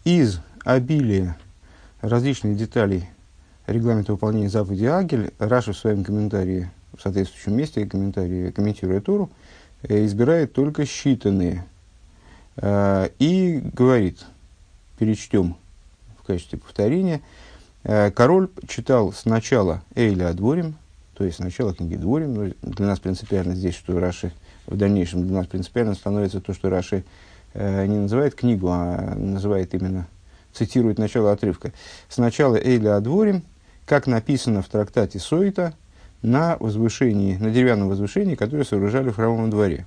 из обилия различных деталей регламента выполнения заповеди Агель, Раши в своем комментарии, в соответствующем месте, комментируя Тору, избирает только считанные. И говорит, перечтем в качестве повторения, король читал сначала Эйля Адворим, то есть сначала книги Дворим, но для нас принципиально здесь, что Раши в дальнейшем для нас принципиально становится то, что Раши не называет книгу, а называет именно, цитирует начало отрывка. Сначала Эйля Адворим, как написано в трактате Сойта, на деревянном возвышении, которое сооружали в храмовом дворе.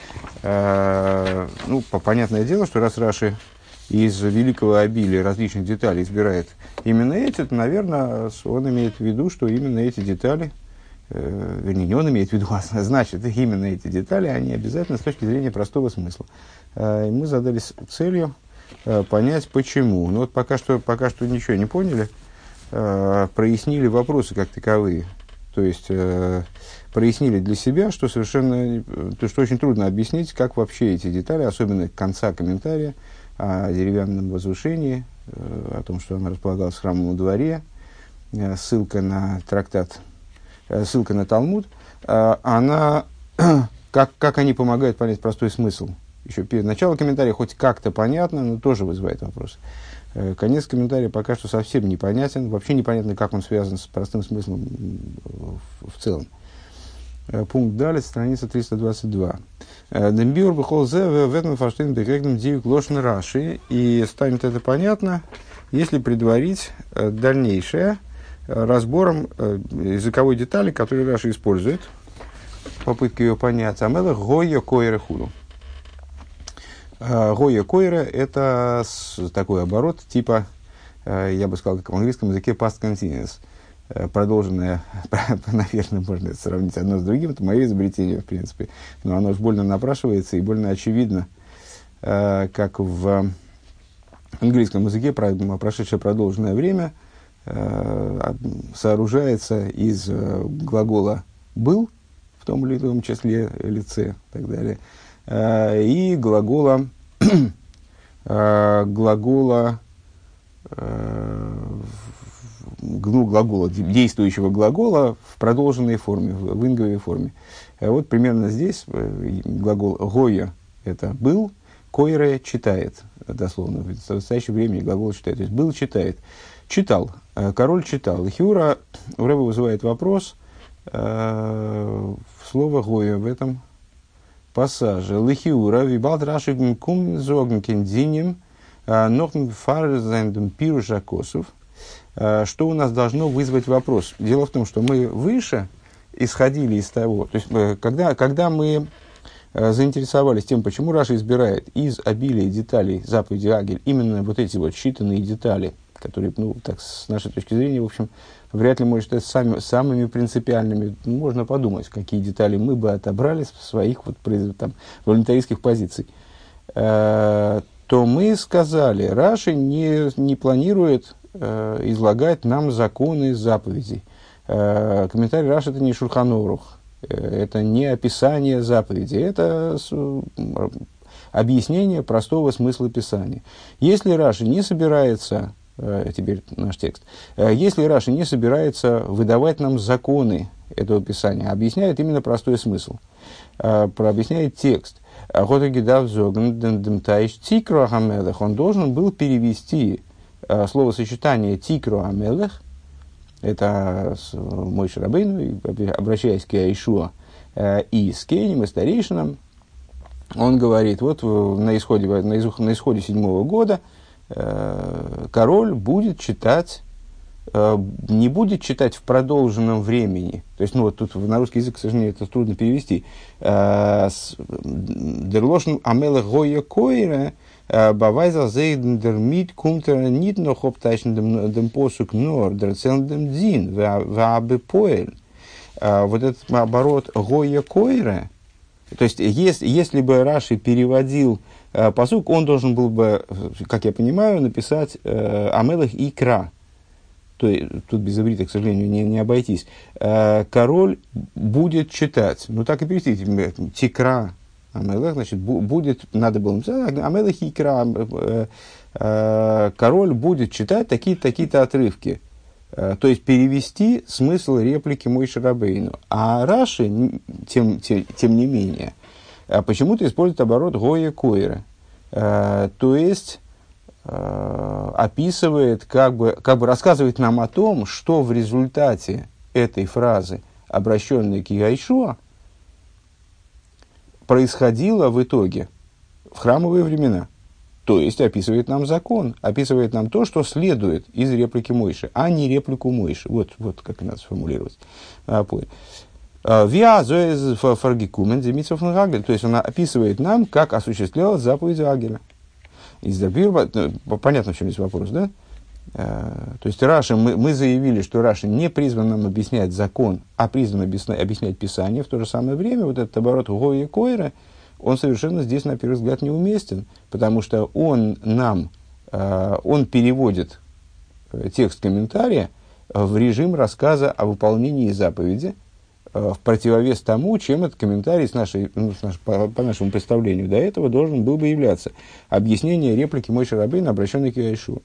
Понятное дело, что раз Раши из великого обилия различных деталей избирает именно эти, то, наверное, он имеет в виду, что именно эти детали, вернее, не он имеет в виду, а значит, именно эти детали, они обязательно с точки зрения простого смысла. И мы задались целью понять, почему. Но вот пока что ничего не поняли, прояснили вопросы как таковые. То есть, прояснили для себя, что что очень трудно объяснить, как вообще эти детали, особенно конца комментария о деревянном возвышении, о том, что оно располагалось в храмовом дворе, ссылка на трактат, ссылка на Талмуд, как они помогают понять простой смысл. Еще начало комментария хоть как-то понятно, но тоже вызывает вопрос. Конец комментария пока что совсем непонятен. Вообще непонятно, как он связан с простым смыслом в целом. Пункт далее, страница 322. Дембиур бихол зе в этом фаштейн бекрегном диюк лошен Раши. И станет это понятно, если предварить дальнейшее разбором языковой детали, которую Раши использует. Попытка ее понять. Амелах гойя койра худу. Гойя койра – это такой оборот типа, я бы сказал, как в английском языке past continuous. Продолженное, наверное, можно это сравнить одно с другим, это мое изобретение, в принципе, но оно же больно напрашивается и больно очевидно, как в английском языке прошедшее продолженное время сооружается из глагола «был», в том или ином числе, лице и так далее, и глагола действующего глагола в продолженной форме, в инговой форме. Вот примерно здесь глагол «гоя» – это «был», «койре» – «читает», дословно, в настоящее время глагол «читает», то есть «был» – «читает». «Читал», король читал. Хиура у Рэба вызывает вопрос, слово «гоя» в этом пассаже. Лихиура вибалт раши кум зогн кендиним нохн фарзендем пируша косов. Что у нас должно вызвать вопрос? Дело в том, что мы выше исходили из того, то есть когда мы заинтересовались тем, почему Раши избирает из обилия деталей заповеди Агель именно вот эти вот считанные детали, которые, так, с нашей точки зрения, в общем, вряд ли можно считать самыми принципиальными. Можно подумать, какие детали мы бы отобрали с своих волонтаристских позиций. То мы сказали, Раши не планирует излагать нам законы заповедей. Комментарий Раши – это не Шульхан Орух, это не описание заповедей, это объяснение простого смысла Писания. Если Раши не собирается, теперь наш текст, если Раши не собирается выдавать нам законы этого Писания, объясняет именно простой смысл, объясняет текст, он должен был перевести словосочетание «тикро амелех», это Мойше Рабейну, обращаясь к Иешуа и с Кейнем, и старейшинам, он говорит, вот на исходе 7-го года король будет читать, не будет читать в продолженном времени. То есть, тут на русский язык, к сожалению, это трудно перевести. Дерлошн амелех гоя койре бавайза зейден дермит кумтер нит нох обтайшн дем посук нор дерцен дем дин ваабе поэль. Вот этот оборот гоя койре, то есть, если бы Раши переводил пасук, он должен был бы, как я понимаю, написать амелех икра. Тут без иврита, к сожалению, не обойтись. Король будет читать. Так и перевести. Тикра, Амелех, значит, будет, надо было написать, Амелех икра, король будет читать такие-то отрывки. То есть перевести смысл реплики Мойше Рабейну. А Раши, тем не менее, почему-то использует оборот Гоя Койра. То есть описывает, как бы рассказывает нам о том, что в результате этой фразы, обращенной к Яишуа, происходило в итоге в храмовые времена. То есть описывает нам закон, описывает нам то, что следует из реплики Мойши, а не реплику Мойши. Вот как надо сформулировать. То есть она описывает нам, как осуществлялась заповедь Агеля. Понятно, в чем здесь вопрос, да? То есть Раши, мы заявили, что Раши не призван нам объяснять закон, а призван объяснять Писание. В то же самое время вот этот оборот Гоя Койра, он совершенно здесь, на первый взгляд, неуместен, потому что он переводит текст комментария в режим рассказа о выполнении заповеди, в противовес тому, чем этот комментарий по нашему представлению до этого должен был бы являться. Объяснение реплики Мойше Рабейну, обращенной к Яишуа.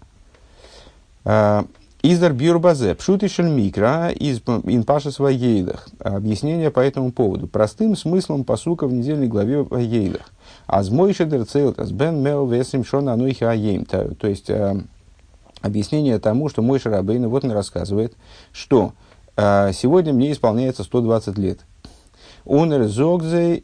Издар бюрбазе, пшутишель микро, из инпашес ваейлах. Объяснение по этому поводу. Простым смыслом пасука в недельной главе ваейлах. Аз Мойше дерцейлт, аз бен мел весим шон ануихи аейм. То есть, объяснение тому, что Мойше Рабейну, вот он рассказывает, что сегодня мне исполняется 120 лет. Унер зогзей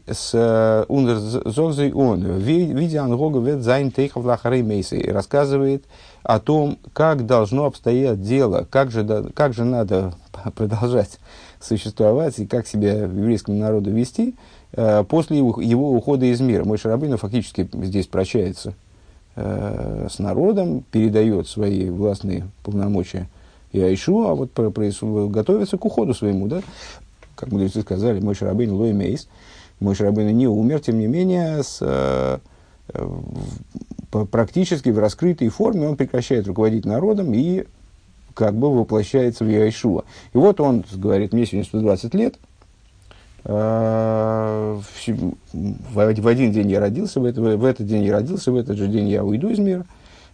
он, видя ангога вет зайн тейхов лахарей мейсы, рассказывает о том, как должно обстоять дело, как же надо продолжать существовать и как себя еврейскому народу вести после его ухода из мира. Мойше Рабейну фактически здесь прощается с народом, передает свои властные полномочия Яишу, а вот готовится к уходу своему, да? Как мудрецы сказали, Мойше Рабейну лой мейс. Мойше Рабейну не умер, тем не менее, практически в раскрытой форме он прекращает руководить народом и как бы воплощается в Яишуа. И вот он говорит, мне сегодня 120 лет, в один день я родился, в этот день я родился, в этот же день я уйду из мира.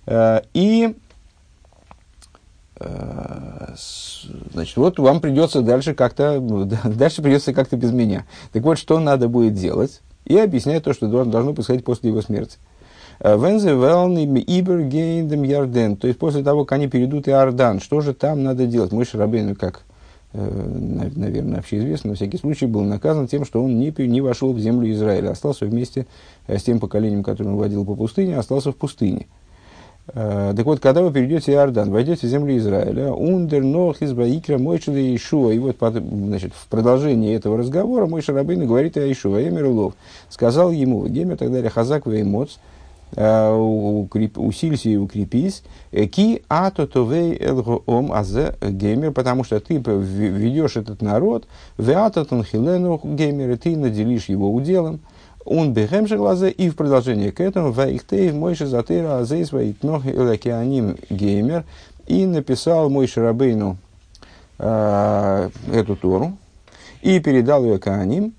Значит, вот вам придется дальше придется как-то без меня. Так вот, что надо будет делать? И объясняет то, что должно происходить после его смерти. Вензе велни ибергейндем ярден. То есть, после того, как они перейдут Иордан, что же там надо делать? Мойше Рабейну, как, наверное, общеизвестно, на всякий случай, был наказан тем, что он не вошел в землю Израиля. Остался вместе с тем поколением, которое он водил по пустыне, остался в пустыне. Так вот, когда вы перейдете Иордан, войдете в землю Израиля, ундер нохлис баикра Мойше Яишуа, и вот, значит, в продолжении этого разговора Мойше Рабейну говорит о Яишуа, Эмерлов, сказал ему, Гемер, так далее, хазак веймоц, усилься и укрепись, ки атотовей элгоом азе Гемер, потому что ты ведешь этот народ, веатотон хилену Гемер, и ты наделишь его уделом, он бегем же глаза, и в продолжение к этому ваихтей Мойше затыра азей своих ног элакианим Геймер, и написал Мойше Рабейну эту Тору и передал ее Кааним.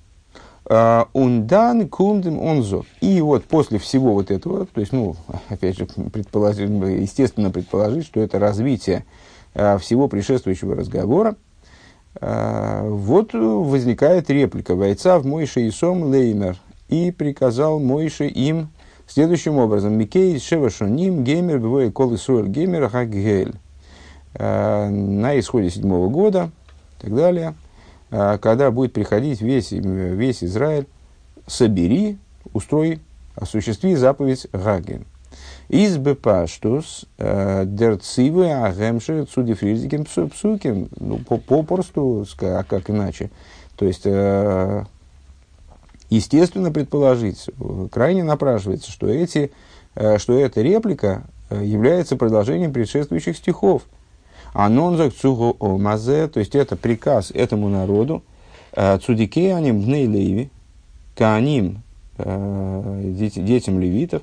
Ундан кумдем онзо. И вот после всего вот этого, то есть, опять же, естественно предположить, что это развитие всего предшествующего разговора, вот возникает реплика «Вайца в Мойше Исом Леймер» и приказал Мойше им следующим образом «Микей шевашоним геймер бывой кол Исруэль геймер хаггель» на исходе 7-го года и так далее, когда будет приходить весь Израиль, собери, устрой, осуществи заповедь Гагель. Из бепаштус дерцивы агемши цудифризиким псуким, попросту, как иначе. То есть, естественно, предположить, крайне напрашивается, что эта реплика является продолжением предшествующих стихов. Анонзак цуго омазе, то есть это приказ этому народу, цудикеаним бней леви, кааним, детям левитов,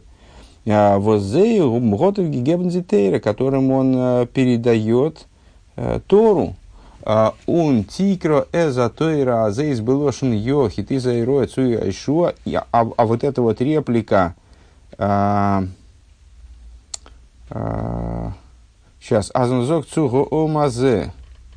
которым он передает Тору, Он тикро эзотойра азейс белошин йохи ты заироя цуя айшуа. А вот эта вот реплика, сейчас, азанзок цуго омазе.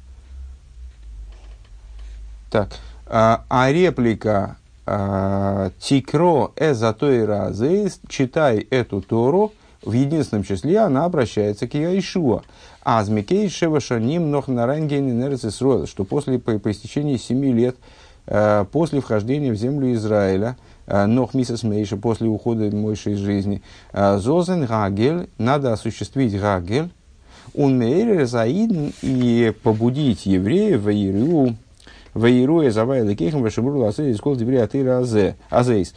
Так, а реплика тикро эзотойра азейс, читай эту Тору, в единственном числе она обращается к Яишуа. А змекей шевашаним нох нарангейн инерцисроил, что по истечении 7 лет после вхождения в землю Израиля, нох мисас мейша, после ухода Мойши из жизни, зозен гагель, надо осуществить гагель, он мейр заидн, и побудить евреев Ваируя завайла кейхам вашебуру ласей скол дебри атыра азейс.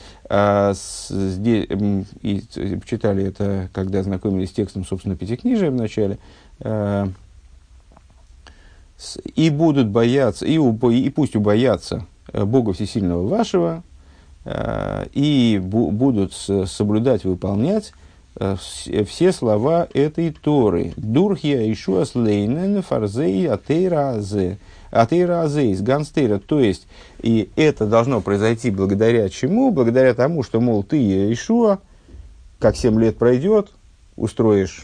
И читали это, когда знакомились с текстом, собственно, Пятикнижия в начале. И будут бояться, и пусть убоятся Бога Всесильного вашего, и будут соблюдать, выполнять все слова этой Торы. Дурхия ишуас лейнен фарзей атыра азе. Атеира азейс, ганстейра, то есть, и это должно произойти благодаря чему? Благодаря тому, что, мол, ты, Иешуа, как 7 лет пройдет, устроишь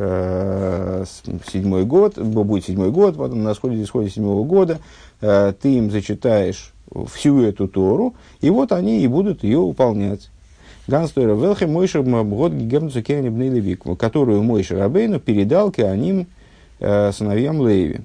7-й год, будет 7-й год, потом на исходе 7-го года, ты им зачитаешь всю эту Тору, и вот они и будут ее выполнять. Ганстейра велхе Мойше год гигемцу кеани бней Леви, которую Мойше Рабейну передал Кеаним сыновьям Леви.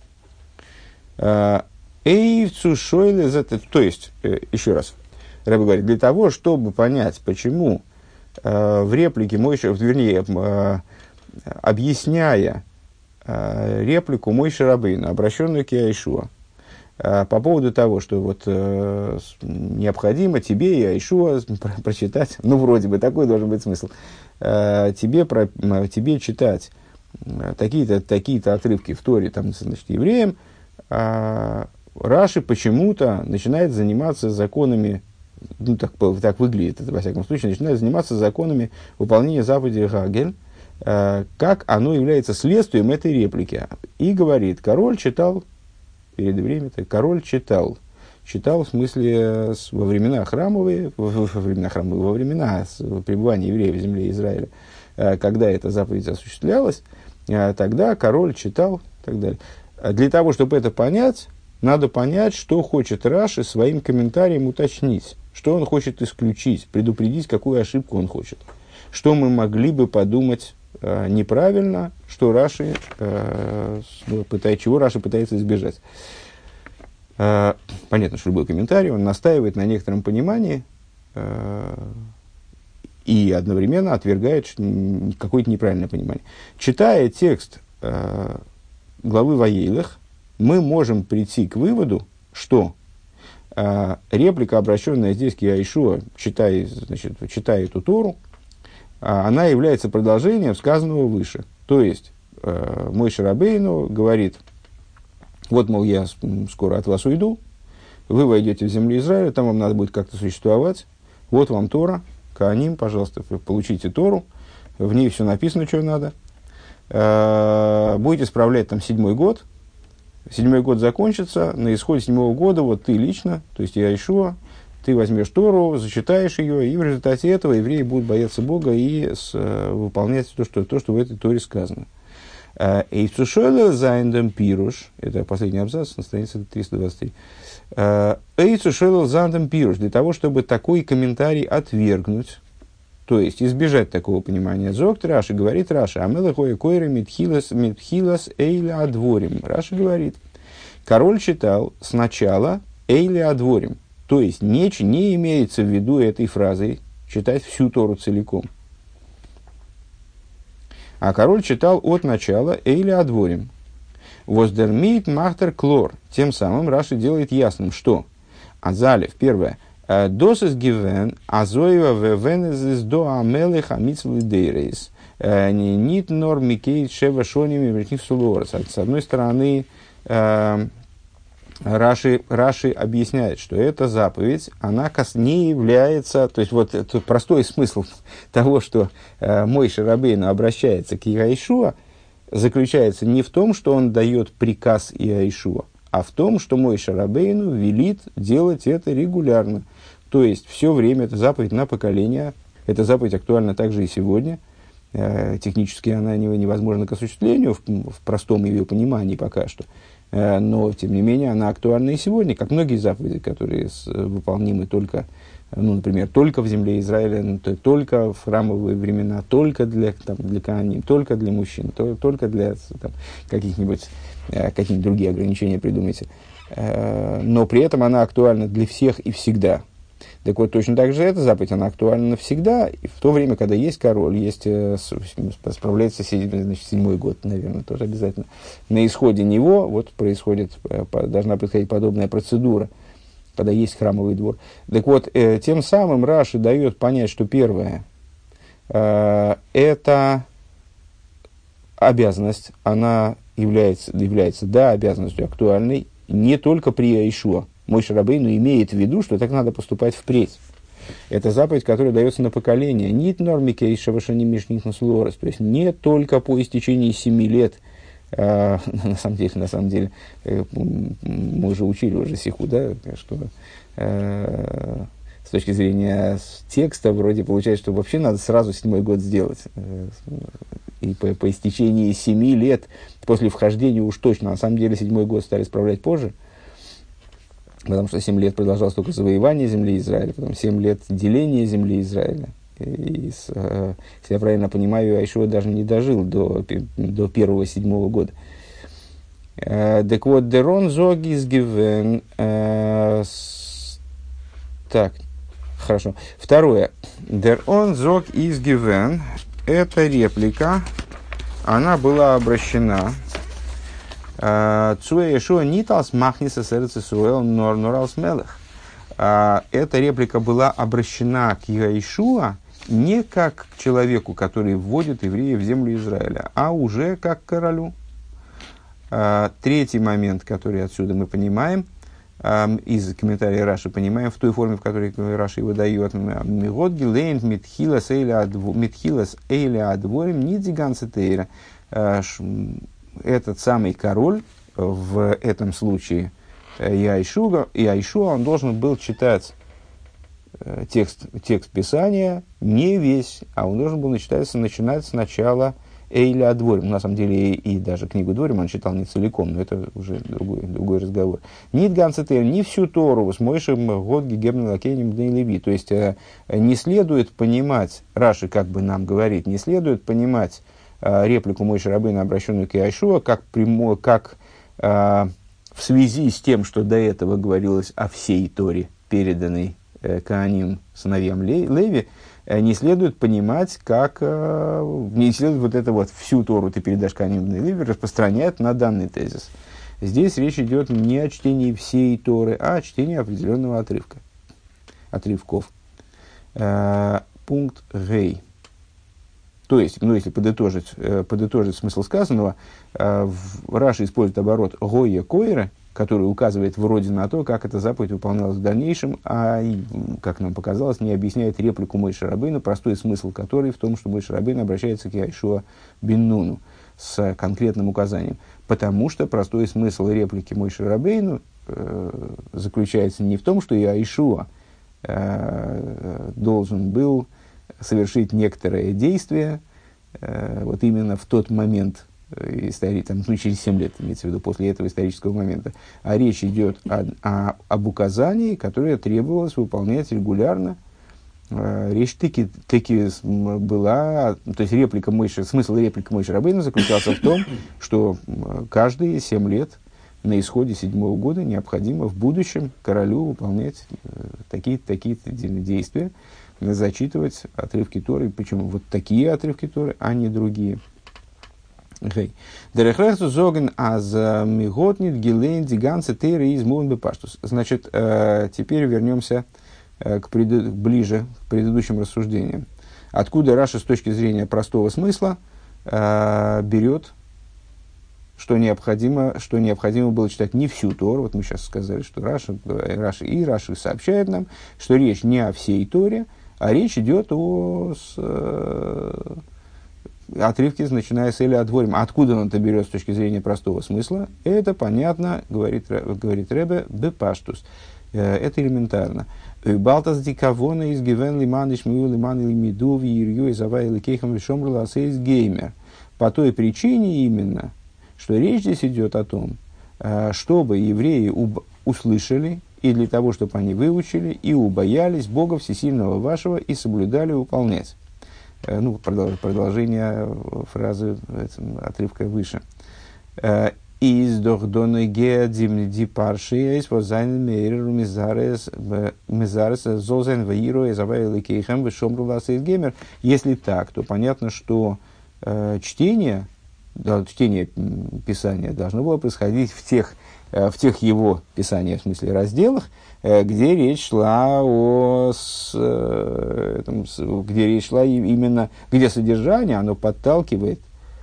Эйвцу шойле зате, то есть, еще раз, Рэбе говорит, для того, чтобы понять, почему в реплике Мойше, вернее, объясняя реплику Мойше Рабейну, обращенную к Яишуа, по поводу того, что вот необходимо тебе, Яишуа, прочитать, ну, вроде бы, такой должен быть смысл, тебе читать такие-то отрывки в Торе, там, значит, евреям, Раши почему-то начинает заниматься законами, ну, так выглядит это, во всяком случае, начинает заниматься законами выполнения заповедей Гагель, как оно является следствием этой реплики. И говорит, король читал, перед временем, король читал в смысле во времена храмовые, во времена пребывания евреев в земле Израиля, когда эта заповедь осуществлялась, тогда король читал и так далее. Для того, чтобы это понять, надо понять, что хочет Раши своим комментарием уточнить, что он хочет исключить, предупредить, какую ошибку он хочет. Что мы могли бы подумать неправильно, что Раши, чего Раши пытается избежать. Понятно, что любой комментарий, он настаивает на некотором понимании и одновременно отвергает какое-то неправильное понимание. Читая текст главы Ваейлах, мы можем прийти к выводу, что реплика, обращенная здесь к Яишуа, читая эту Тору, она является продолжением сказанного выше. То есть, Мойше Рабейну говорит, вот, мол, я скоро от вас уйду, вы войдете в землю Израиля, там вам надо будет как-то существовать, вот вам Тора, Кааним, пожалуйста, получите Тору, в ней все написано, что надо. Будете справлять там 7-й год. 7-й год закончится, на исходе 7-го года вот ты лично, то есть Яишуа, ты возьмешь Тору, зачитаешь ее, и в результате этого евреи будут бояться Бога и выполнять то, что в этой Торе сказано. Эйцушойле зайндем пируш, это последний абзац на странице 323. Эйцушойле зайндем пируш, для того, чтобы такой комментарий отвергнуть, то есть избежать такого понимания. Зокт Раши говорит, Раши, амелахоя койра митхилас эйля адворим. Раши говорит, король читал сначала эйля адворим, то есть не имеется в виду этой фразой читать всю Тору целиком. А король читал от начала эйля адворим. Воздермит махтер клор. Тем самым Раши делает ясным, что Азалев, первое, Досис гивен, азоева вевенезис до амелех амитсвли дейрейс. Нит нор микейт шева шоними вертних сулорес. С одной стороны, Раши объясняет, что эта заповедь, она не является, то есть вот это простой смысл того, что Мойше Рабейну обращается к Яишуа, заключается не в том, что он дает приказ Иешуа, а в том, что Моше Рабейну велит делать это регулярно. То есть, все время это заповедь на поколение. Эта заповедь актуальна также и сегодня. Технически она невозможна к осуществлению в простом ее понимании пока что. Но, тем не менее, она актуальна и сегодня, как многие заповеди, которые выполнимы только, например, только в земле Израиля, только в храмовые времена, только для коаним, только для мужчин, только для каких-нибудь другие ограничения придумайте. Но при этом она актуальна для всех и всегда. Так вот, точно так же эта заповедь, она актуальна навсегда, и в то время, когда есть король, справляется седьмой год, наверное, тоже обязательно. На исходе него должна происходить подобная процедура, когда есть храмовый двор. Так вот, тем самым Раши дает понять, что первое, это обязанность, она является обязанностью актуальной не только при Иешуа. Моше Рабейну имеет в виду, что так надо поступать впредь. Это заповедь, которая дается на поколение. Нит нормике и шавашани мишних наслорос. То есть не только по истечении 7 лет. На самом деле, мы уже учили уже сиху, да, что с точки зрения текста вроде получается, что вообще надо сразу 7-й год сделать. И по истечении 7 лет после вхождения уж точно. На самом деле 7-й год стали справлять позже. Потому что 7 лет продолжалось только завоевание земли Израиля, потом 7 лет деления земли Израиля. Если я правильно понимаю, Иешуа даже не дожил до 1-7 года. Так вот, Дерон Зог из Гивен. Так, хорошо. Второе. Дерон Зог из Гивен. Эта реплика, она была обращена Цуэ Иешуа ниталс махниса сердце суэл норалс мелех. Эта реплика была обращена к Иешуа не как к человеку, который вводит евреев в землю Израиля, а уже как к королю. Третий момент, который отсюда мы понимаем, из комментария Раши понимаем, в той форме, в которой Раши его дает, «Мигот гилейн митхилас эйля адворим нидзиганцетейра». Этот самый король, в этом случае Иешуа, он должен был читать текст Писания не весь, а он должен был начинать сначала Эйля Адворим. На самом деле и даже книгу Дворим он читал не целиком, но это уже другой разговор. Нит ганцетер, не всю Тору, с Мойшем год гигебн лакейним дней Леви. То есть не следует понимать, Раши как бы нам говорит, не следует понимать реплику Моше Рабейну, обращенную к Иешуа, как в связи с тем, что до этого говорилось о всей Торе, переданной коаним, сыновьям Леви, не следует понимать, не следует всю Тору ты передашь коаним Леви, распространять на данный тезис. Здесь речь идет не о чтении всей Торы, а о чтении определенного отрывков. Пункт Гей. То есть, если подытожить смысл сказанного, Раши использует оборот «гоя койра», который указывает вроде на то, как эта заповедь выполнялась в дальнейшем, а, как нам показалось, не объясняет реплику Моше Рабейну, простой смысл которой в том, что Моше Рабейну обращается к Иешуа бен Нуну с конкретным указанием. Потому что простой смысл реплики Моше Рабейну заключается не в том, что Иешуа должен был совершить некоторое действие вот именно в тот момент, через 7 лет, имеется в виду, после этого исторического момента. А речь идет об указании, которое требовалось выполнять регулярно. Речь таки была, то есть смысл реплики Моше Рабейну заключался в том, что каждые 7 лет на исходе 7-го года необходимо в будущем королю выполнять такие-то действия, зачитывать отрывки Торы. Почему вот такие отрывки Торы, а не другие. Значит, теперь вернемся ближе к предыдущим рассуждениям. Откуда Раши с точки зрения простого смысла берет, что необходимо было читать не всю Тору. Вот мы сейчас сказали, что Раши сообщает нам, что речь не о всей Торе, а речь идет о отрывки, начиная с Эля Адворим. Откуда он это берет с точки зрения простого смысла? Это понятно, говорит Ребе, бепаштус. Это элементарно. Балтас дикавона из гивен лиман ишмию лиман лимиду вирью из авай ликейхам вишомру ласейс геймер. По той причине именно, что речь здесь идет о том, чтобы евреи услышали, и для того, чтобы они выучили и убоялись Бога Всесильного вашего и соблюдали выполнять. Ну, продолжение фразы отрывка выше. Из дохдоной геадим ди паршиес возайн мейру мизарес зозен ваиру изавай ликейхем вишомру ласейс геймер. Если так, то понятно, что чтение Писания должно было происходить в тех его Писаниях, в смысле разделах, где речь шла именно, где содержание, оно подталкивает,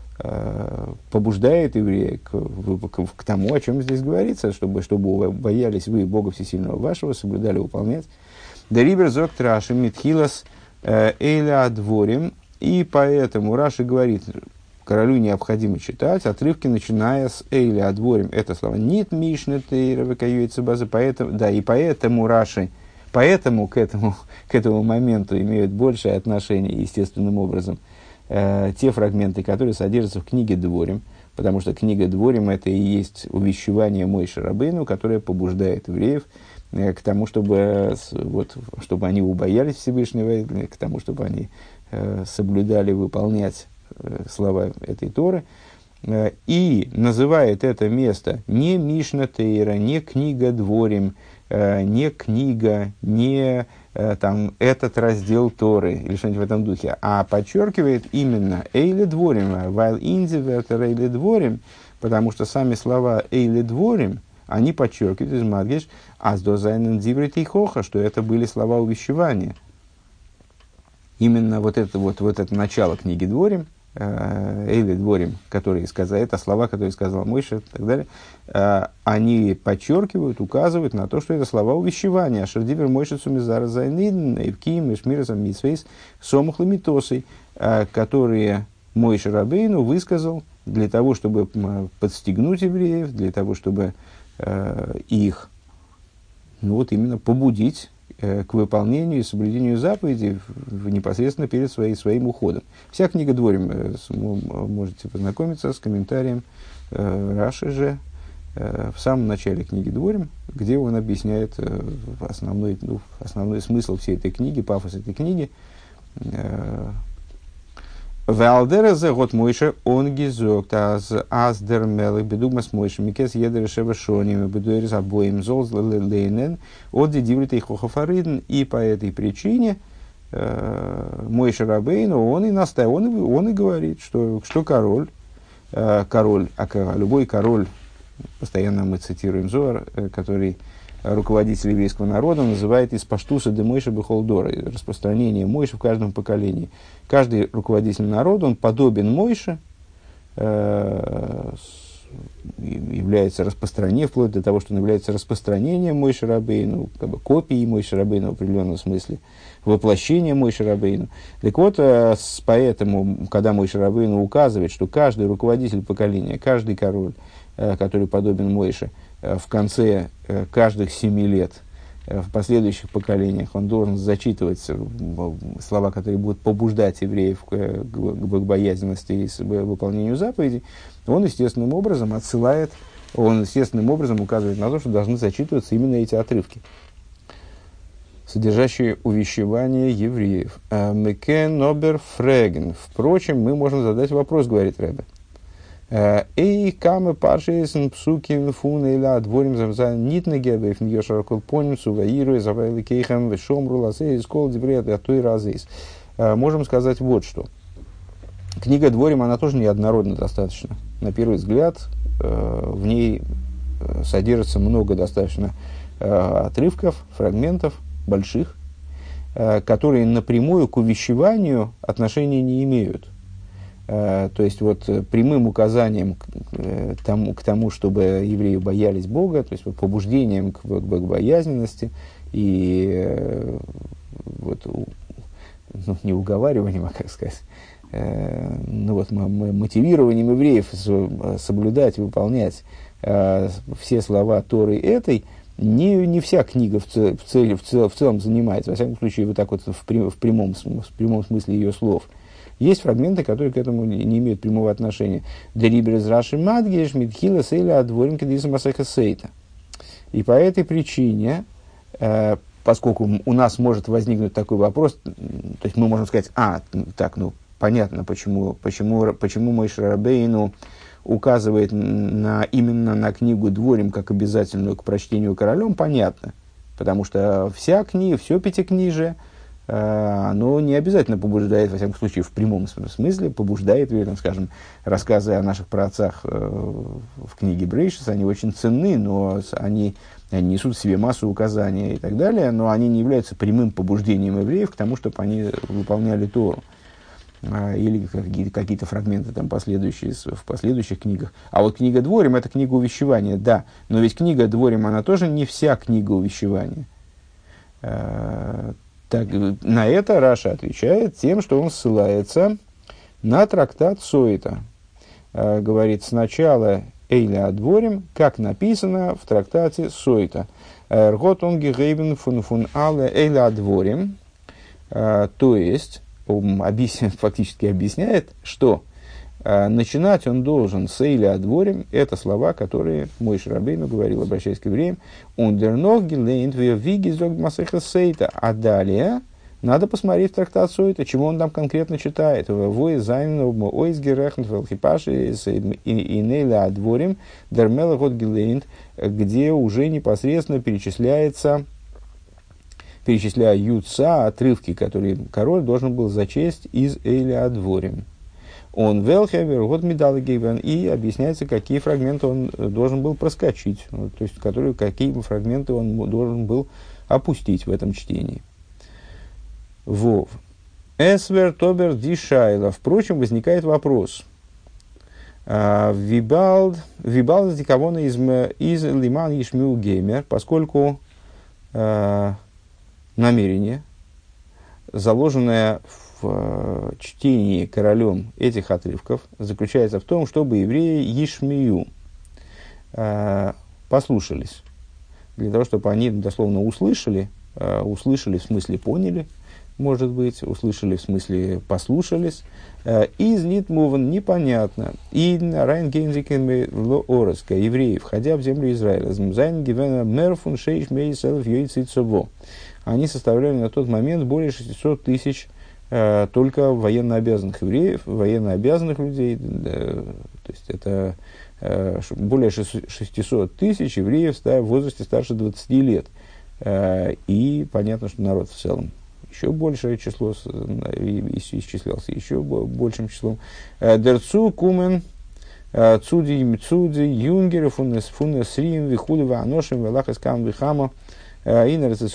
побуждает еврея к тому, о чем здесь говорится, чтобы боялись вы Бога Всесильного вашего, соблюдали выполнять. Дерибер зок траши митхилас эйля адворим. И поэтому Раши говорит, королю необходимо читать отрывки, начиная с Эйля Адворим. Это слова «Нит мишна тейра векаюется база». Поэтому Раши, к этому моменту имеют большее отношение, естественным образом, те фрагменты, которые содержатся в книге Дворим, потому что книга Дворим – это и есть увещевание Моше Рабейну, которое побуждает евреев к тому, чтобы они убоялись Всевышнего, к тому, чтобы они соблюдали, выполнять слова этой Торы, и называет это место не Мишна Тейра, не книга Дворим, не книга, не этот раздел Торы или что-нибудь в этом духе, а подчеркивает именно Эйле Дворим, Вайл Инзи Вертер Эйле Дворим, потому что сами слова Эйле Дворим, они подчеркивают из Мадгеш Аздозайнен Диврит и Хоха, что это были слова увещевания. Именно вот это начало книги Дворим, Эйли Дворим, это слова, которые сказал Мойше и так далее, они подчеркивают, указывают на то, что это слова увещевания. Шердивер Мойше Цумизара Зайниден, Эвким, Эшмирзам, Митсвейс, Сомух Ламитосой, которые Мойше Рабейну высказал для того, чтобы подстегнуть евреев, для того, чтобы их именно побудить к выполнению и соблюдению заповедей непосредственно перед своим уходом. Вся книга Дворим, можете познакомиться с комментарием Раши же в самом начале книги Дворим, где он объясняет основной смысл всей этой книги, пафос этой книги. Валдерезе год Мойше он гизок аздер мелых бедугмас Мойше микес едер шевешоним бедуэрис обоим золз лейнен от дидиврита и хохофариден. И по этой причине Мойше Рабейну он и настаивает, он и говорит, что король, любой король, постоянно мы цитируем Зоар, который руководитель еврейского народа называет из паштуса де Мойше бехолдора, распространение Мойше в каждом поколении. Каждый руководитель народа, он подобен Мойше, является распространением, вплоть до того, что он является распространением Мойше Рабейну, копией Мойше Рабейну в определенном смысле, воплощением Мойше Рабейну. Так вот, поэтому, когда Мойше Рабейну указывает, что каждый руководитель поколения, каждый король, который подобен Мойше, в конце каждых 7 лет в последующих поколениях он должен зачитывать слова, которые будут побуждать евреев к богобоязненности и выполнению заповедей, он естественным образом указывает на то, что должны зачитываться именно эти отрывки, содержащие увещевание евреев. «Мекен обер фреген». Впрочем, мы можем задать вопрос, говорит Ребе. Эй, камы паршиесен псуким фунейла дворим замзан нитнегебев ньешаркол поним суваиру завайли кейхам вешомру ласейс кол дебрет атой разейс. Можем сказать вот что. Книга Дворим, она тоже неоднородна достаточно. На первый взгляд, в ней содержится много достаточно отрывков, фрагментов больших, которые напрямую к увещеванию отношения не имеют. То есть, прямым указанием к тому, чтобы евреи боялись Бога, то есть побуждением к богобоязненности и не уговариванием, а как сказать, мотивированием евреев соблюдать, выполнять все слова Торы этой, не вся книга в целом занимается, во всяком случае, вот так вот в прямом смысле ее слов. Есть фрагменты, которые к этому не имеют прямого отношения. Дериберез Раши Мадгеш, Мидхила Сейля Адворим Кедиса Масеха Сейта. И по этой причине, поскольку у нас может возникнуть такой вопрос, то есть мы можем сказать, понятно, почему Моше Рабейну указывает именно на книгу Дворим как обязательную к прочтению королем, понятно. Потому что вся книга, все пятикнижие, оно не обязательно побуждает, во всяком случае, в прямом смысле, побуждает, скажем, рассказы о наших праотцах в книге Брейшис, они очень ценны, но они несут в себе массу указаний и так далее, но они не являются прямым побуждением евреев к тому, чтобы они выполняли Тору. Или какие-то фрагменты там последующие, в последующих книгах. А вот книга Дворим – это книга увещевания, да, но ведь книга Дворим, она тоже не вся книга увещевания. На это Раша отвечает тем, что он ссылается на трактат Сойта. Говорит, сначала Эйля Адворим, как написано в трактате Сойта. Ргот он гегейбен фун але Эйля Адворим. То есть, он фактически объясняет, что начинать он должен с Эйля Адворим. Это слова, которые Моше Рабейну говорил, обращаясь к евреям. А далее надо посмотреть в трактат Сойта, чего он там конкретно читает. Где уже непосредственно перечисляются отрывки, которые король должен был зачесть из Эйля Адворим. Он велхевер, год медалы гейбен, и объясняется, какие фрагменты он должен был проскочить, то есть какие фрагменты он должен был опустить в этом чтении. Вов. Эсвер тобер дишайла. Впрочем, возникает вопрос. Вибалд дикавона из лиман ишмю геймер, поскольку намерение, заложенное в чтении королем этих отрывков, заключается в том, чтобы евреи ишмию послушались. Для того, чтобы они дословно услышали в смысле поняли, может быть, услышали в смысле послушались, из нитмуван непонятно. И райн гейнзикен ло ороска, евреи, входя в землю Израиля, зайн гивена мерфун шейш мейселов йойцицово. Они составляли на тот момент более 600 тысяч только военнообязанных евреев, военнообязанных людей, то есть это более 600 тысяч евреев в возрасте старше 20 лет. И понятно, что народ в целом еще большее число исчислялся, еще большим числом. Дерцу кумен цуди юнгеры фуннес рим вихулева аношим велахас кам вихама. И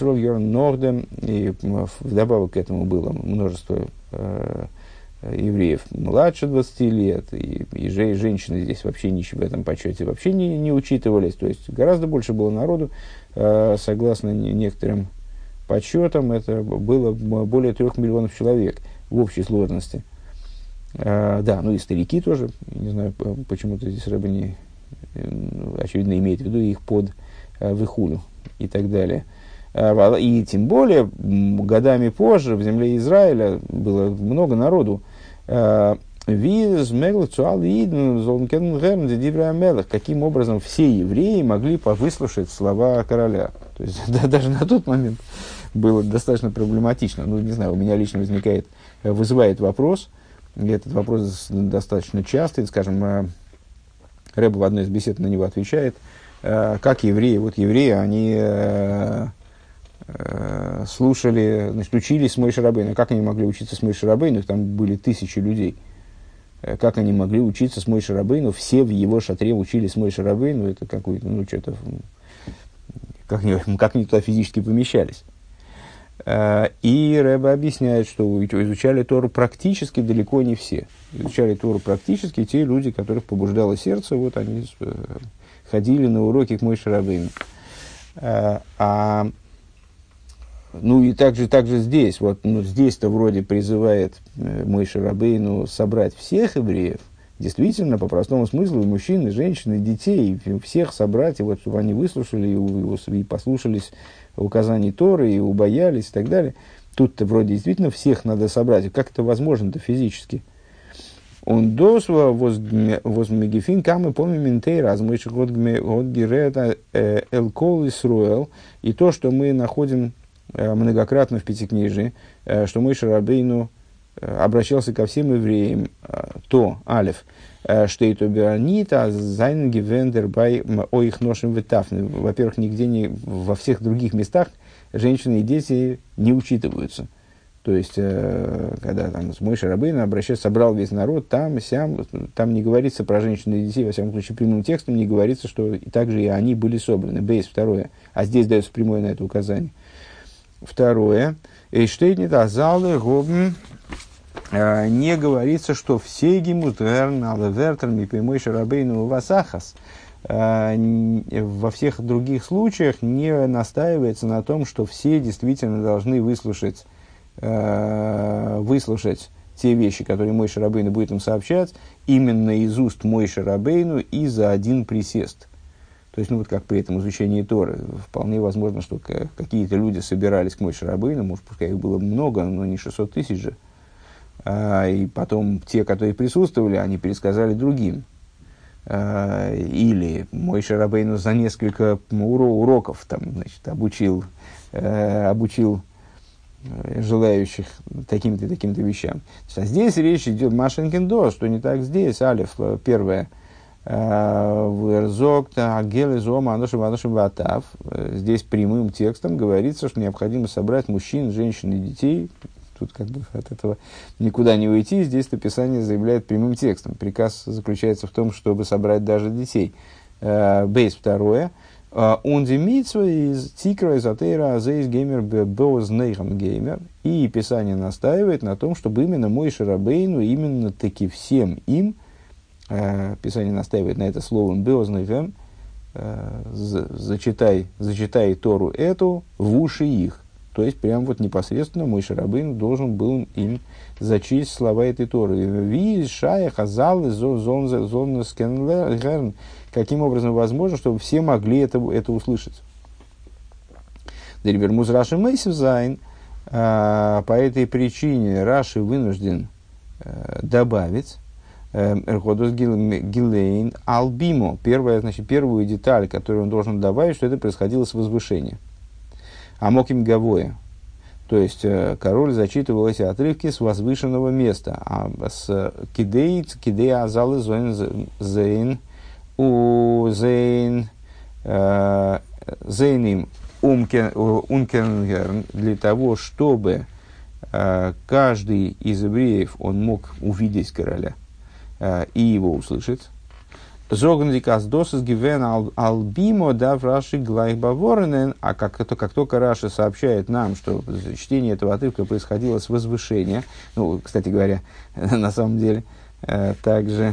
вдобавок к этому было множество евреев младше 20 лет, и женщины здесь вообще ничего в этом почете вообще не учитывались, то есть гораздо больше было народу, согласно некоторым подсчетам, это было более 3 миллионов человек в общей сложности. Да, ну и старики тоже, не знаю, почему-то здесь Рэбе очевидно имеет в виду их под Вихулю и так далее. И тем более, годами позже в земле Израиля было много народу. Каким образом все евреи могли выслушать слова короля? То есть даже на тот момент было достаточно проблематично. Ну, не знаю, у меня лично вызывает вопрос, и этот вопрос достаточно частый, скажем, Рэбе в одной из бесед на него отвечает, как евреи, они слушали, значит, учились с Моше Рабейну. Как они могли учиться с Моше Рабейну? Там были тысячи людей. Как они могли учиться с Моше Рабейну? Все в его шатре учились с Моше Рабейну. Это какой-то, как они туда физически помещались. И Рэбе объясняет, что изучали Тору практически далеко не все. Изучали Тору практически те люди, которых побуждало сердце, вот они ходили на уроки к Моше Рабейну. Ну и также здесь, вот, ну, здесь-то вроде призывает Моше Рабейну собрать всех евреев, действительно, по простому смыслу, и мужчин, и женщин, и детей, и всех собрать, и вот, чтобы они выслушали и послушались указаний Торы, и убоялись, и так далее. Тут-то вроде действительно всех надо собрать. Как это возможно-то физически? Он досва возмегифин камы помним минтей размыш год герета элкол Исруэл. И то, что мы находим многократно в Пятикнижии, что Моше Рабейну обращался ко всем евреям, то, алеф, что это беранита, зайн гивендер бай о их ношим витафны. Во-первых, нигде не, во всех других местах женщины и дети не учитываются. То есть, когда там Моше Рабейну обращается, собрал весь народ, там, сям, там не говорится про женщин и детей, во всяком случае, прямым текстом не говорится, что и также и они были собраны. Бейс, второе. А здесь дается прямое на это указание. Второе. Эйштейнит азалы гобн. Не говорится, что все гимут верналы по Моше Рабейну васахас. Во всех других случаях не настаивается на том, что все действительно должны выслушать те вещи, которые Моше Рабейну будет им сообщать, именно из уст Моше Рабейну и за один присест. То есть, ну вот как при этом изучении Торы, вполне возможно, что какие-то люди собирались к Моше Рабейну, может, пускай их было много, но не 600 тысяч же. И потом те, которые присутствовали, они пересказали другим. Или Моше Рабейну за несколько уроков там, значит, обучил желающих таким-то и таким-то вещам. А здесь речь идет Машенькин до, что не так здесь. Алиф, первое. Здесь прямым текстом говорится, что необходимо собрать мужчин, женщин и детей. Тут как бы от этого никуда не уйти. Здесь Писание заявляет прямым текстом. Приказ заключается в том, чтобы собрать даже детей. Бейс, второе. Он демитсва из тикра из атеира азейс геймер беоз нейхам геймер. И Писание настаивает на том, чтобы именно Моше Рабейну, именно таки всем им, Писание настаивает на это словом беоз нейхам, зачитай Тору эту в уши их. То есть, прям вот непосредственно Моше Рабейну должен был им зачесть слова этой Торы. Ви шая хазал зон скенлерн. Каким образом возможно, чтобы все могли это услышать? Дерибермуз Раши Мейсев Зайн. По этой причине Раши вынужден добавить Эрходос Гилейн Албимо. Первую деталь, которую он должен добавить, что это происходило с возвышения. Амоким Гавоя. То есть, король зачитывал эти отрывки с возвышенного места. А с Кидей Азалы Зейн у Зейн Зейним Ункернгерн, для того, чтобы каждый из евреев он мог увидеть короля и его услышать. Зогндикас досыс гивен албимо дав Раши глайбаворенен. А как только Раши сообщает нам, что чтение этого отрывка происходило с возвышения, ну, кстати говоря, на самом деле, также,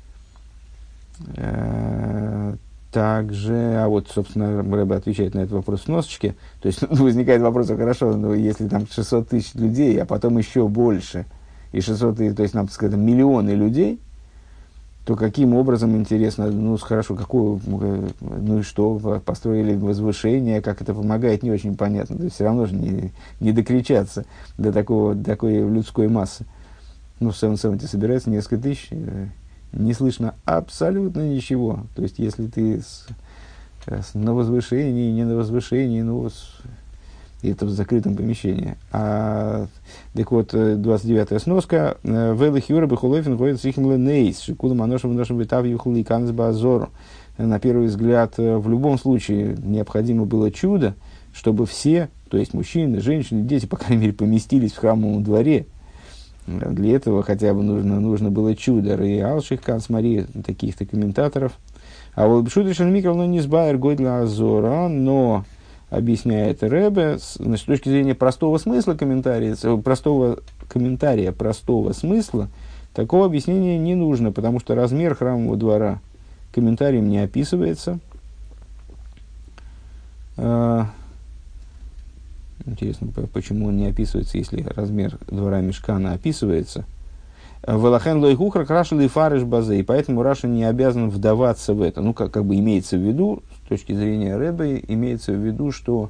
а вот, собственно, Рэбе отвечает на этот вопрос в носочке. То есть, возникает вопрос, хорошо, но если там 600 тысяч людей, а потом еще больше, и 600 тысяч, то есть, нам, так сказать, миллионы людей, то каким образом, интересно, ну, хорошо, ну и что, построили возвышение, как это помогает, не очень понятно. То есть, все равно же не докричаться до такой людской массы. Ну, в самом-то собирается несколько тысяч, не слышно абсолютно ничего. То есть, если ты на возвышении, не на возвышении, ну, это в закрытом помещении. Так вот, 29-я сноска. «Вэлэхюра бэхулэфин гоит сихим лэнэйс, шикулы маношем нашим витав юхулы иканс баазору». На первый взгляд, в любом случае, необходимо было чудо, чтобы все, то есть мужчины, женщины, дети, по крайней мере, поместились в храмовом дворе. Для этого хотя бы нужно было чудо. Рэй Алших, Канс Мария, таких-то комментаторов. А вот Бшудышен Микров, ну, не сбайер гойдля азора, но... Объясняет Ребе, с точки зрения простого смысла простого смысла, такого объяснения не нужно, потому что размер храмового двора комментарием не описывается. Интересно, почему он не описывается, если размер двора мишкана описывается. Велахен лойхухра крашили фариш базы, и поэтому Раша не обязан вдаваться в это. Ну, как бы имеется в виду, с точки зрения Ребе, имеется в виду, что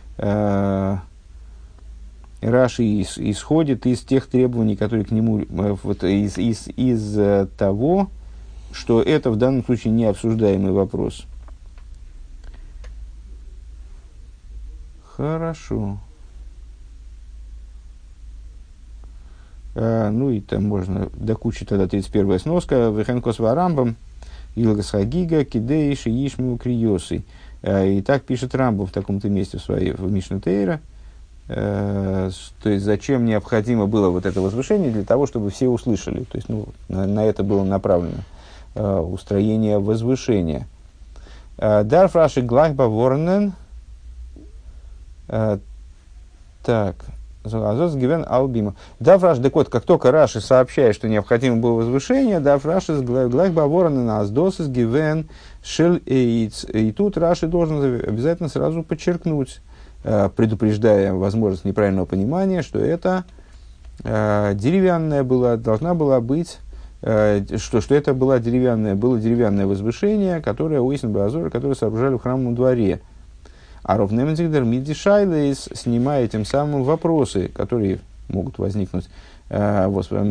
Раши исходит из тех требований, которые к нему, вот, из того, что это в данном случае необсуждаемый вопрос. Хорошо. Ну и там можно до кучи тогда 31-я сноска. Вехенкос варамбам илгас хагига кидей шиишму криосы. И так пишет Рамбам в таком-то месте в Мишне Тейра. То есть зачем необходимо было вот это возвышение? Для того, чтобы все услышали. То есть на это было направлено устроение возвышения. Дарф Раши глахба ворнен. Так. Азос гивен албима. Дав Раши, так вот, как только Раши сообщает, что необходимо было возвышение, Дав Раши глахба ворнен аздосис гивен шел эйц. И тут Раши должен обязательно сразу подчеркнуть, предупреждая возможность неправильного понимания, что это деревянная была, должна была быть, что это было деревянное возвышение, которое Уисен Базор, которое сооружали в храмовом дворе. А Ровнемзигдер Миди Шайлейс, снимая тем самым вопросы, которые могут возникнуть, которые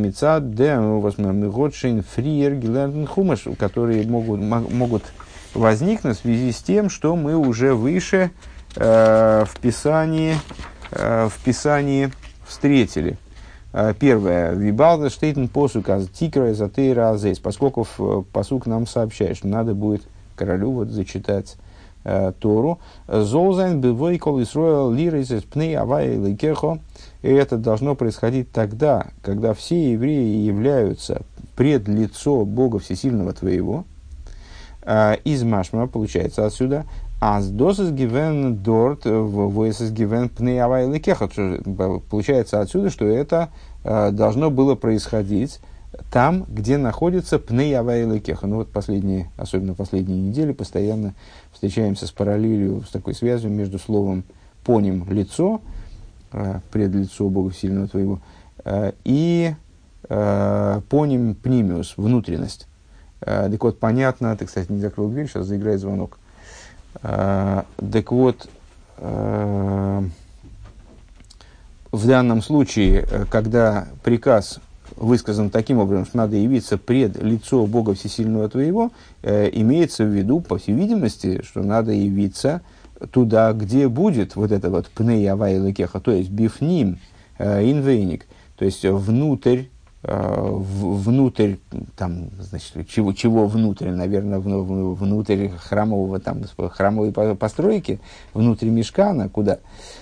могут возникнуть в связи с тем, что мы уже выше в Писании встретили. Первое. Вибалда штейтен посук аз тикра эзотейра азейс. Поскольку посук нам сообщает, что надо будет королю вот зачитать Тору. Золзайн бивой кол Исроэл лирис пней авай лейкехо. И это должно происходить тогда, когда все евреи являются пред лицо Бога Всесильного твоего. Из Машма получается отсюда. Аз досис гивен дорт войсис гивен пней авай лейкехо. Получается отсюда, что это должно было происходить там, где находится пней авай лейкехо. Ну вот особенно последние недели, постоянно встречаемся с параллелью, с такой связью между словом поним лицо, пред лицо Бога Всесильного твоего, и поним пнимиус, внутренность. Так вот, понятно, ты, кстати, не закрыл дверь, сейчас заиграет звонок. Так вот, в данном случае, когда приказ высказан таким образом, что надо явиться пред лицо Бога Всесильного твоего, имеется в виду, по всей видимости, что надо явиться туда, где будет вот это вот пней авай лекеха, то есть бифним инвейник, то есть внутрь, там, значит, чего внутрь, наверное, внутрь храмовой постройки, внутрь мишкана, куда.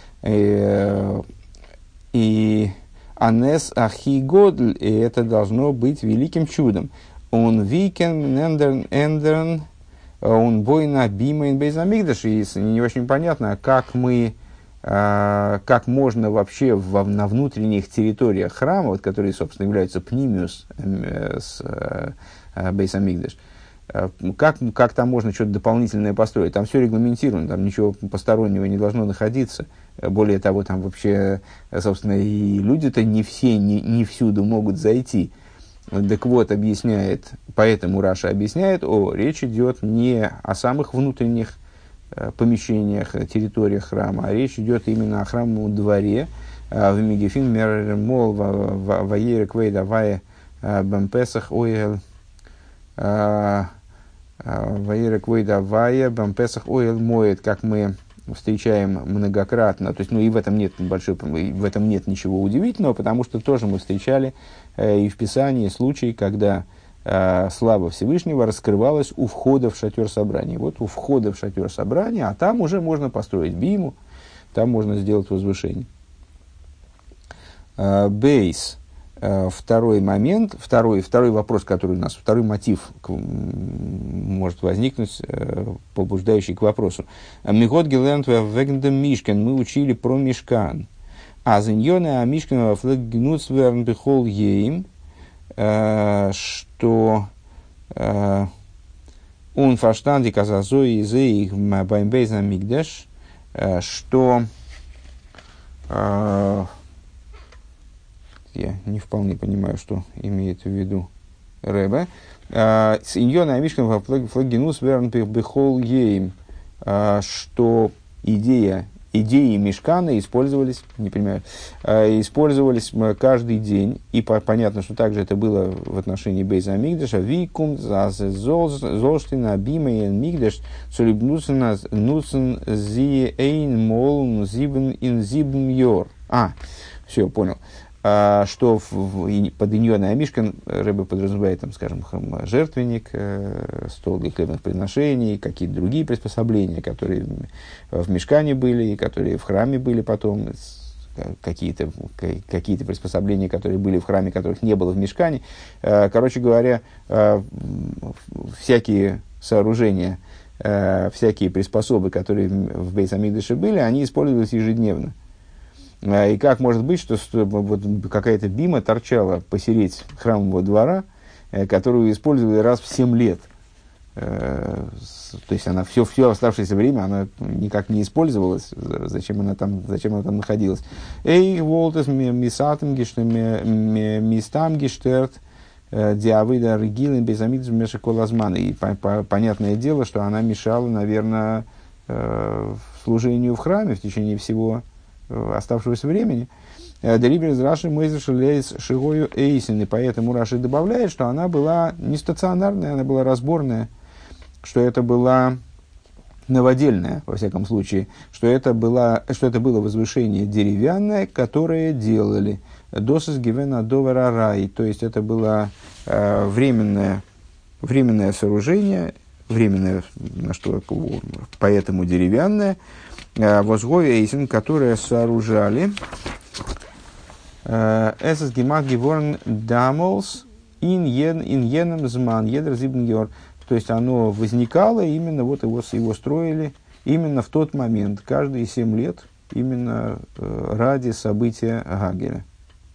И Анес ахигодль, и это должно быть великим чудом. Он викен эндерн, он бойна бима ин бейзамигдаш. И не очень понятно, как можно вообще на внутренних территориях храма, вот, которые, собственно, являются пнимиус с бейзамигдаш, как там можно что-то дополнительное построить? Там все регламентировано, там ничего постороннего не должно находиться. Более того, там вообще, собственно, и люди-то не все, не всюду могут зайти. Так вот, поэтому Раша объясняет, речь идет не о самых внутренних помещениях, территориях храма, а речь идет именно о храмовом дворе. В Мегефин Мермол Ваере Квейда Вае Бампесах Ойл Ваере Квейда Вае Бампесах Ойл Моет, как мы встречаем многократно, то есть, и в этом нет ничего удивительного, потому что тоже мы встречали и в Писании случаи, когда слава Всевышнего раскрывалась у входа в шатер собрания. Вот у входа в шатер собрания, а там уже можно построить биму, там можно сделать возвышение. Бейс. Второй момент, второй вопрос, который у нас, второй мотив может возникнуть, побуждающий к вопросу. Мигот гелент вегндем мишкан, мы учили про мишкан. А зиньоне а мишкан флегнуцверн бихол еим, что он фаштанди казазой из их баймбейза мигдеш, что Я не вполне понимаю, что имеет в виду Ребе. С иньона амишкан флагинус верн бехол ейм, что идеи мишкана использовались, не понимаю, использовались каждый день, и понятно, что также это было в отношении Бейза Мигдаша, викум, золштина, бима и мигдаш, солюбнусен зи эйн молн зибн ин зибн йор. Все, понял. Что под иньон и амишкан Ребе подразумевает, там, скажем, жертвенник, стол для хлебных приношений, какие-то другие приспособления, которые в мишкане были, и которые в храме были потом, какие-то приспособления, которые были в храме, которых не было в мишкане. Короче говоря, всякие сооружения, всякие приспособы, которые в Бейс Амикдаше были, они использовались ежедневно. И как может быть, что вот какая-то бима торчала посередине храмового двора, которую использовали раз в 7 лет. То есть она все оставшееся время она никак не использовалась. Зачем она там находилась? Эй, волтес мисатам мистам гештерт диавида регилен безамидз мешаколазман. И понятное дело, что она мешала, наверное, служению в храме в течение всего оставшегося времени. Делибер из Раши Мойзешелейс Шигою Эйсин. И поэтому Раши добавляет, что она была не стационарная, она была разборная, что это была новодельная, во всяком случае, что это было возвышение деревянное, которое делали досыс гивена довара рай, то есть это было временное сооружение, временное, на что поэтому деревянное, возгой эйсин, которые сооружали эсэс гемах геворн дамолс ин йеном зман едер зибн геор. То есть оно возникало, именно вот его строили именно в тот момент, каждые 7 лет, именно ради события Гагеля.